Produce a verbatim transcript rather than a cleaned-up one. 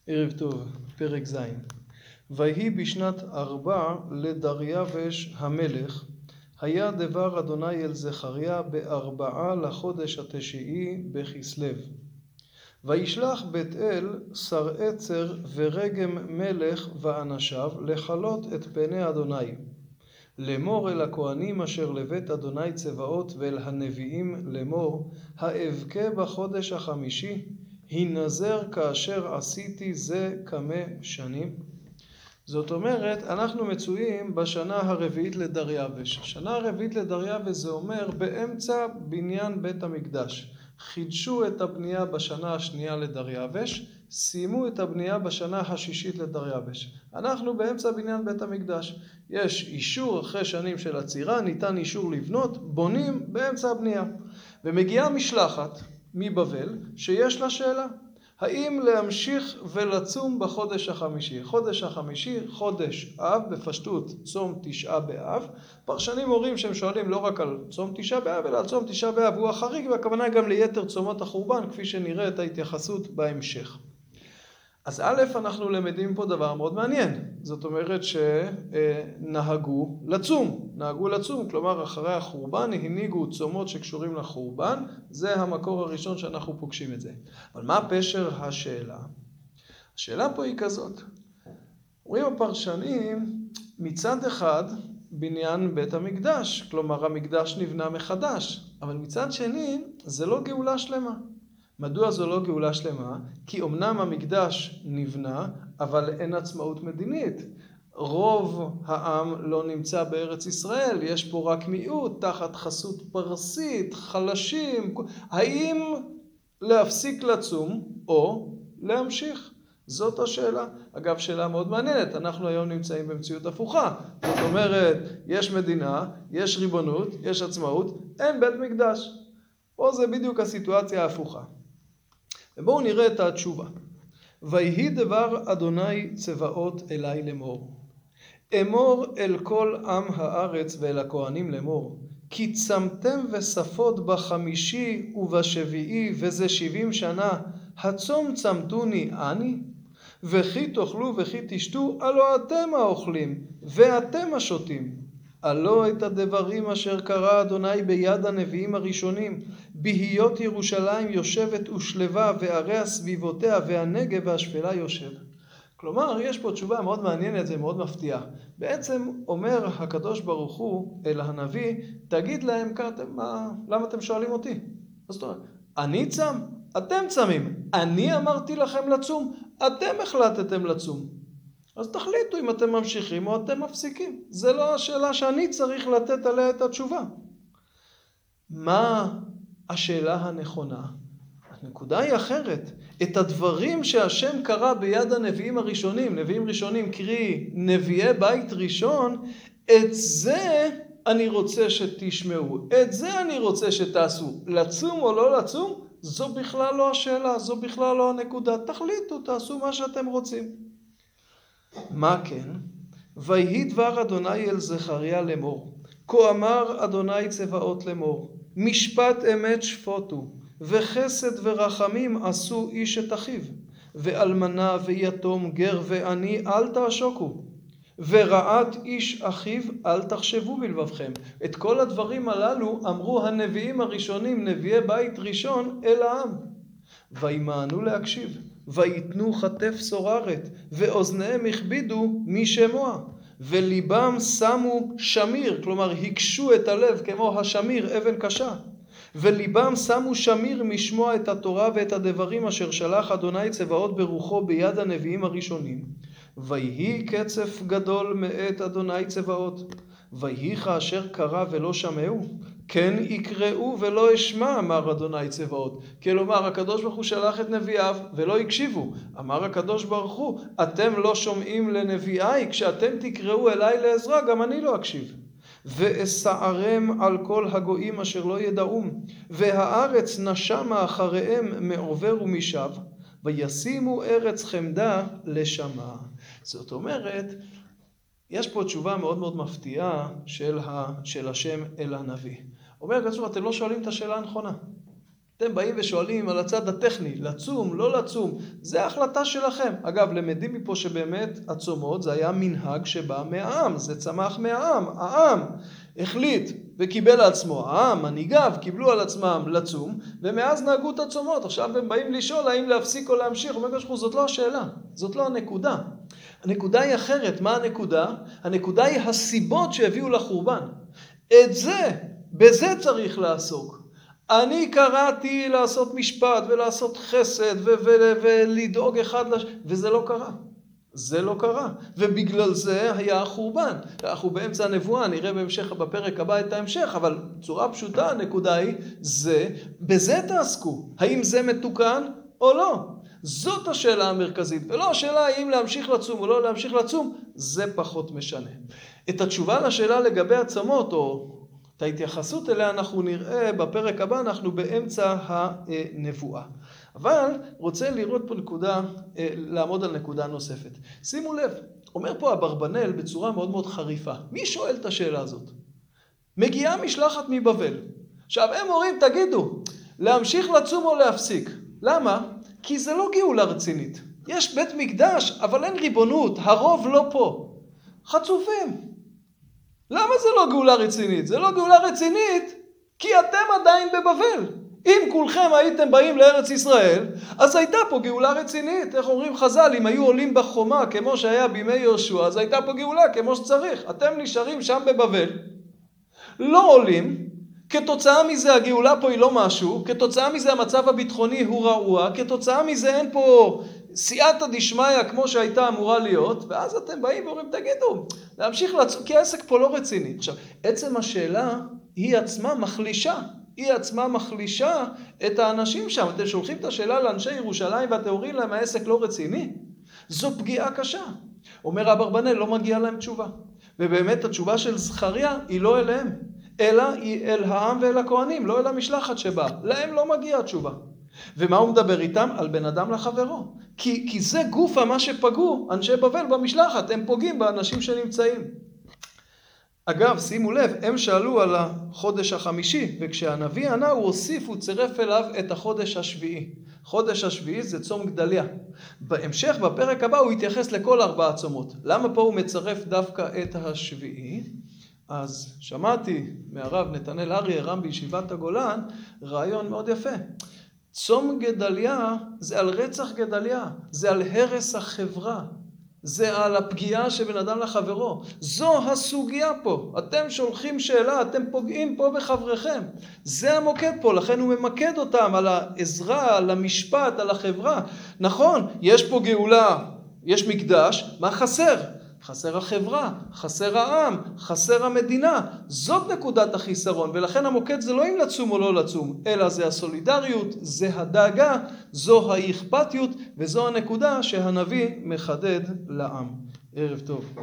ערב טוב, פרק ז'. ויהי בשנת ארבע לדריווש המלך, היה דבר אדוני אל זכריה בארבעה לחודש התשיעי בכסלו. וישלח בית אל שר עצר ורגם מלך ואנשיו לכלות את פני אדוני. לאמור אל הכהנים אשר לבית אדוני צבאות ואל הנביאים לאמור, האבכה בחודש החמישי, הנזר כאשר עשיתי זה כמה שנים. זאת אומרת, אנחנו מצויים בשנה הרביעית לדריווש. שנה הרביעית לדריווש זה אומר באמצע בניין בית המקדש. חידשו את הבנייה בשנה השנייה לדריווש, סיימו את הבנייה בשנה השישית לדריווש. אנחנו באמצע בניין בית המקדש. יש אישור אחרי שנים של עצירה, ניתן אישור לבנות, בונים באמצע הבנייה. ומגיעה משלחת מבבל שיש לה שאלה. האם להמשיך ולצום בחודש החמישי? חודש החמישי, חודש אב, בפשטות צום תשעה באב. פרשנים אומרים שהם שואלים לא רק על צום תשעה באב, אלא על צום תשעה באב הוא החריג, והכוונה גם ליתר צומות החורבן, כפי שנראה את ההתייחסות בהמשך. אז א', אנחנו למדים פה דבר מאוד מעניין. זאת אומרת שנהגו לצום. נהגו לצום, כלומר אחרי החורבן הנהיגו צומות שקשורים לחורבן. זה המקור הראשון שאנחנו פוגשים את זה. אבל מה פשר השאלה? השאלה פה היא כזאת. אומרים הפרשנים, מצד אחד בניין בית המקדש, כלומר המקדש נבנה מחדש. אבל מצד שני זה לא גאולה שלמה. מדוע זו לא גאולה שלמה? כי אמנם המקדש נבנה, אבל אין עצמאות מדינית. רוב העם לא נמצא בארץ ישראל, יש פה רק מיעוט, תחת חסות פרסית, חלשים. האם להפסיק לצום או להמשיך? זאת השאלה. אגב, שאלה מאוד מעניינת. אנחנו היום נמצאים במציאות הפוכה. זאת אומרת, יש מדינה, יש ריבונות, יש עצמאות, אין בית מקדש. פה זה בדיוק הסיטואציה ההפוכה. ובואו נראה את התשובה. ויהי דבר אדוני צבאות אלי לאמור. אמור אל כל עם הארץ ואל הכהנים לאמור. כי צמתם וספות בחמישי ובשביעי וזה שבעים שנה. הצום צמתוני אני. וכי תאכלו וכי תשתו, הלא אתם האוכלים ואתם השותים. הלא את הדברים אשר קרא אדוני ביד הנביאים הראשונים, בהיות ירושלים יושבת ושלווה וערי סביבותיה והנגב והשפלה יושב. כלומר, יש פה תשובה מאוד מעניינת ומאוד מפתיעה. בעצם אומר הקדוש ברוך הוא אל הנביא, תגיד להם, מה, למה אתם שואלים אותי? זאת אומרת, אני צם? אתם צמים. אני אמרתי לכם לצום? אתם החלטתם לצום. אז תחליטו אם אתם ממשיכים או אתם מפסיקים. זה לא השאלה שאני צריך לתת עליה את התשובה. מה השאלה הנכונה? הנקודה היא אחרת. את הדברים שהשם קרא ביד הנביאים הראשונים, נביאים ראשונים קרי נביאי בית ראשון, את זה אני רוצה שתשמעו. את זה אני רוצה שתעשו. לצום או לא לצום? זו בכלל לא השאלה, זו בכלל לא הנקודה. תחליטו, תעשו מה שאתם רוצים. מה כן? ויהי דבר אדוני אל זכריה לאמור. כה אמר אדוני צבאות לאמור. משפט אמת שפוטו, וחסד ורחמים עשו איש את אחיו. ואלמנה ויתום גר ועני אל תעשוקו. ורעת איש אחיו אל תחשבו בלבבכם. את כל הדברים הללו אמרו הנביאים הראשונים, נביאי בית ראשון, אל העם. וימאנו להקשיב. ויתנו חטף סוררת, ואוזניהם הכבידו משמוע, וליבם שמו שמיר, כלומר הקשו את הלב כמו השמיר, אבן קשה, וליבם שמו שמיר משמוע את התורה ואת הדברים אשר שלח אדוני צבאות ברוחו ביד הנביאים הראשונים. ויהי קצף גדול מאת אדוני צבאות, ויהי כאשר קרא ולא שמעו, כן יקראו ולא אשמע, אמר אדוני צבאות. כלומר, הקדוש ברוך הוא שלח את נביאיו ולא הקשיבו. אמר הקדוש ברוך הוא, אתם לא שומעים לנביאי, כשאתם תקראו אליי לעזרה, גם אני לא אקשיב. ואסערם על כל הגויים אשר לא ידעום, והארץ נשמה אחריהם מעובר ומשב, וישימו ארץ חמדה לשמה. זאת אומרת, יש פה תשובה מאוד מאוד מפתיעה של, ה, של השם אל הנביא. אומר הקדוש ברוך הוא, אתם לא שואלים את השאלה הנכונה. אתם באים ושואלים על הצד הטכני, לצום, לא לצום, זה ההחלטה שלכם. אגב, למדים מפה שבאמת הצומות זה היה מנהג שבא מהעם, זה צמח מהעם, העם החליט וקיבל לעצמו, העם, מנהיגיו קיבלו על עצמם לצום, ומאז נהגו את הצומות. עכשיו הם באים לשאול האם להפסיק או להמשיך, אומר קשחו, זאת לא השאלה, זאת לא הנקודה. הנקודה היא אחרת. מה הנקודה? הנקודה היא הסיבות שהביאו לחורבן. את זה, בזה צריך לעסוק. אני קראתי לעשות משפט ולעשות חסד ו- ו- ולדאוג אחד לש... וזה לא קרה. זה לא קרה. ובגלל זה היה החורבן. אנחנו באמצע הנבואה, נראה בהמשך, בפרק הבא את ההמשך, אבל צורה פשוטה, הנקודה היא, זה, בזה תעסקו. האם זה מתוקן או לא? זאת השאלה המרכזית, ולא השאלה האם להמשיך לצום או לא להמשיך לצום, זה פחות משנה. את התשובה לשאלה לגבי הצמות, או את ההתייחסות אליה, אנחנו נראה בפרק הבא, אנחנו באמצע הנבואה. אבל רוצה לראות פה נקודה, לעמוד על נקודה נוספת. שימו לב, אומר פה אברבנאל בצורה מאוד מאוד חריפה. מי שואל את השאלה הזאת? מגיעה משלחת מבבל. עכשיו הם אומרים, תגידו, להמשיך לצום או להפסיק? למה? כי זה לא גאולה רצינית. יש בית מקדש, אבל אין ריבונות, הרוב לא פה. חצופים. למה זה לא גאולה רצינית? זה לא גאולה רצינית כי אתם עדיין בבבל. אם כולכם הייתם באים לארץ ישראל, אז הייתה פה גאולה רצינית. איך אומרים חז"ל, אם היו עולים בחומה כמו שהיה בימי יהושע, אז הייתה פה גאולה כמו שצריך. אתם נשארים שם בבבל, לא עולים, כתוצאה מזה הגאולה פה היא לא משהו, כתוצאה מזה המצב הביטחוני הוא רעוע, כתוצאה מזה אין פה סייעתא דשמיא כמו שהייתה אמורה להיות, ואז אתם באים ואומרים, תגידו, להמשיך לצום, כי העסק פה לא רציני. עכשיו, עצם השאלה היא עצמה מחלישה, היא עצמה מחלישה את האנשים שם. אתם שולחים את השאלה לאנשי ירושלים ואתם אומרים להם, העסק לא רציני. זו פגיעה קשה. אומר אברבנאל, לא מגיע להם תשובה. ובאמת התשובה של זכריה היא לא אליהם, אלא היא אל העם ואל הכהנים, לא אל המשלחת שבא. להם לא מגיעה התשובה. ומה הוא מדבר איתם? על בן אדם לחברו. כי, כי זה גופה מה שפגעו אנשי בבל במשלחת, הם פוגעים באנשים שנמצאים. אגב, שימו לב, הם שאלו על החודש החמישי, וכשהנביא ענה הוא הוסיף, הוא צירף אליו את החודש השביעי. חודש השביעי זה צום גדליה. בהמשך, בפרק הבא, הוא יתייחס לכל ארבעה צומות. למה פה הוא מצרף דווקא את השביעי? אז שמעתי מהרב נתנאל אריה, רם בישיבת הגולן, רעיון מאוד יפה. צום גדליה זה על רצח גדליה, זה על הרס החברה, זה על הפגיעה שבן אדם לחברו. זו הסוגיה פה. אתם שולחים שאלה, אתם פוגעים פה בחבריכם. זה המוקד פה, לכן הוא ממקד אותם על העזרה, על המשפט, על החברה. נכון, יש פה גאולה, יש מקדש, מה חסר? חסר החברה, חסר העם, חסר המדינה. זאת נקודת החיסרון, ולכן המוקד זה לא אם לצום או לא לצום, אלא זה הסולידריות, זה הדאגה, זו האכפתיות, וזו הנקודה שהנביא מחדד לעם. ערב טוב.